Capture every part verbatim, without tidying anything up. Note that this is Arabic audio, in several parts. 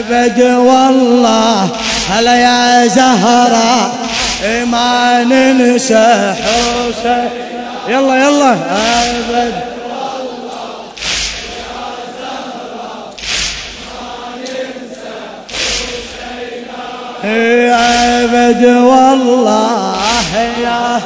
أبد والله هلا يا زهرة ما ننسى حسين. يلا يلا أبد والله يا زهرة ما ننسى حسين. أبد والله يا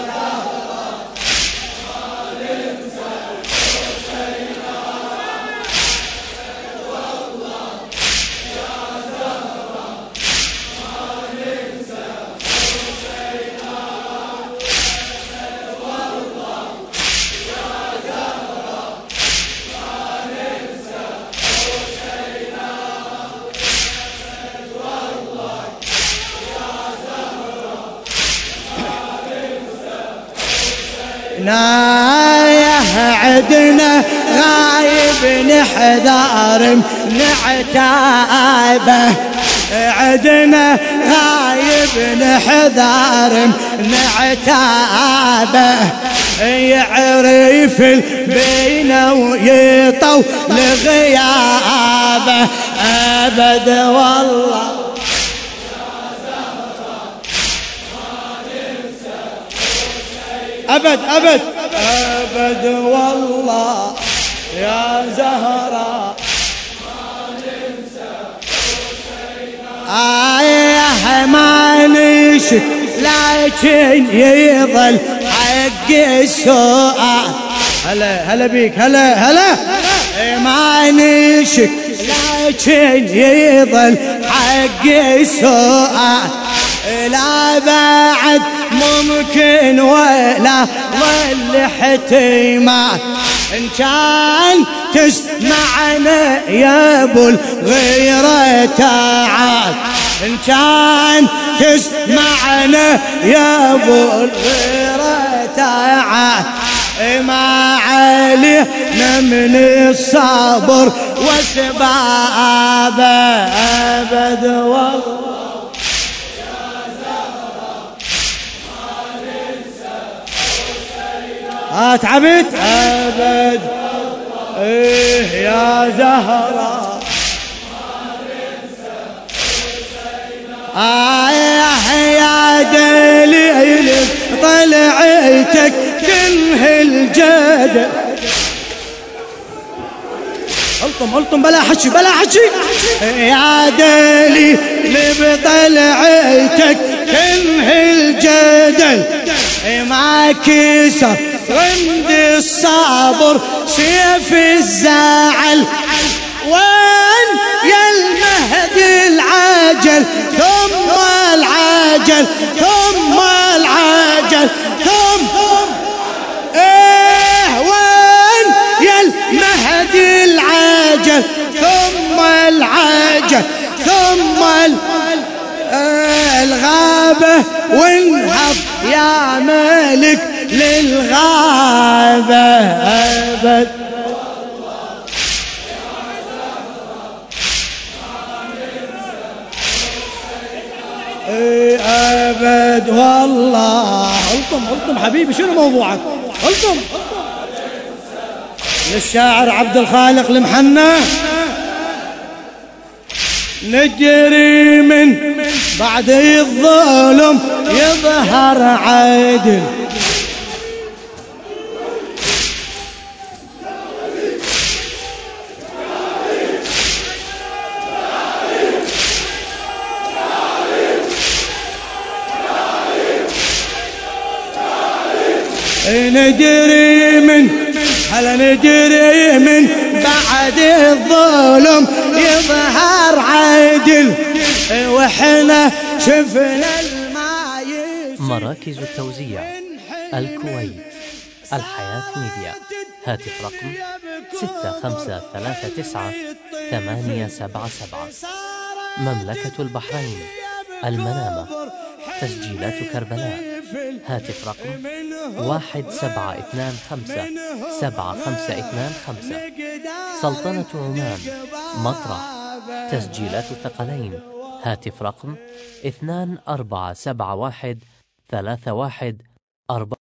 نايه عدنا غايب نحذر نعتابه. عدنا غايب نحذر نعتابه. يعرف البينه ويطول لغيابه. أبد والله أبد أبد أبد والله يا زهرة ما ننسى حسينا. آه ما نشك لكن يظل حق السؤال. هلا هلا بيك هلا هلا. ما نشك لكن يظل حق السؤال. لا بعد ممكن ولا ظل احتمال. إن كان تسمعنا يا أبو الغيرة تعال. إن كان تسمعنا يا أبو الغيرة تعال. ما علينا من الصبر وسبابه. أبد والله ها تعبت. أبد إيه يا زهرة آه يا دليل طلعتك كله الجدل. الطم الطم بلا حكي بلا حكي. يا دليل بطلعتك كله الجدل. ما كسر رمد الصبر سيف الزعل. وين يا المهدي العاجل ثم العاجل ثم العاجل ثم ايه. وين يا المهدي العاجل ثم العاجل ثم الغابة. وانهض يا ملك للغابة. أبد ايه أبد والله. الطم الطم حبيبي شنو موضوعك؟ الطم للشاعر عبد الخالق المحنى. نجري من بعد الظلم يظهر عدل. ندري من هلا ندري من بعد الظلم يظهر عدل. واحنا شفنا الماي. مراكز التوزيع الكويت الحياة ميديا. هاتف رقم ستة خمسة ثلاثة تسعة ثمانية سبعة سبعة. مملكة البحرين المنامة. تسجيلات كربلاء. هاتف رقم واحد سبعة اثنان خمسة سبعة خمسة اثنان خمسة. سلطنة عمان مطرح. تسجيلات ثقلين. هاتف رقم اثنان أربعة سبعة واحد ثلاثة واحد أربعة.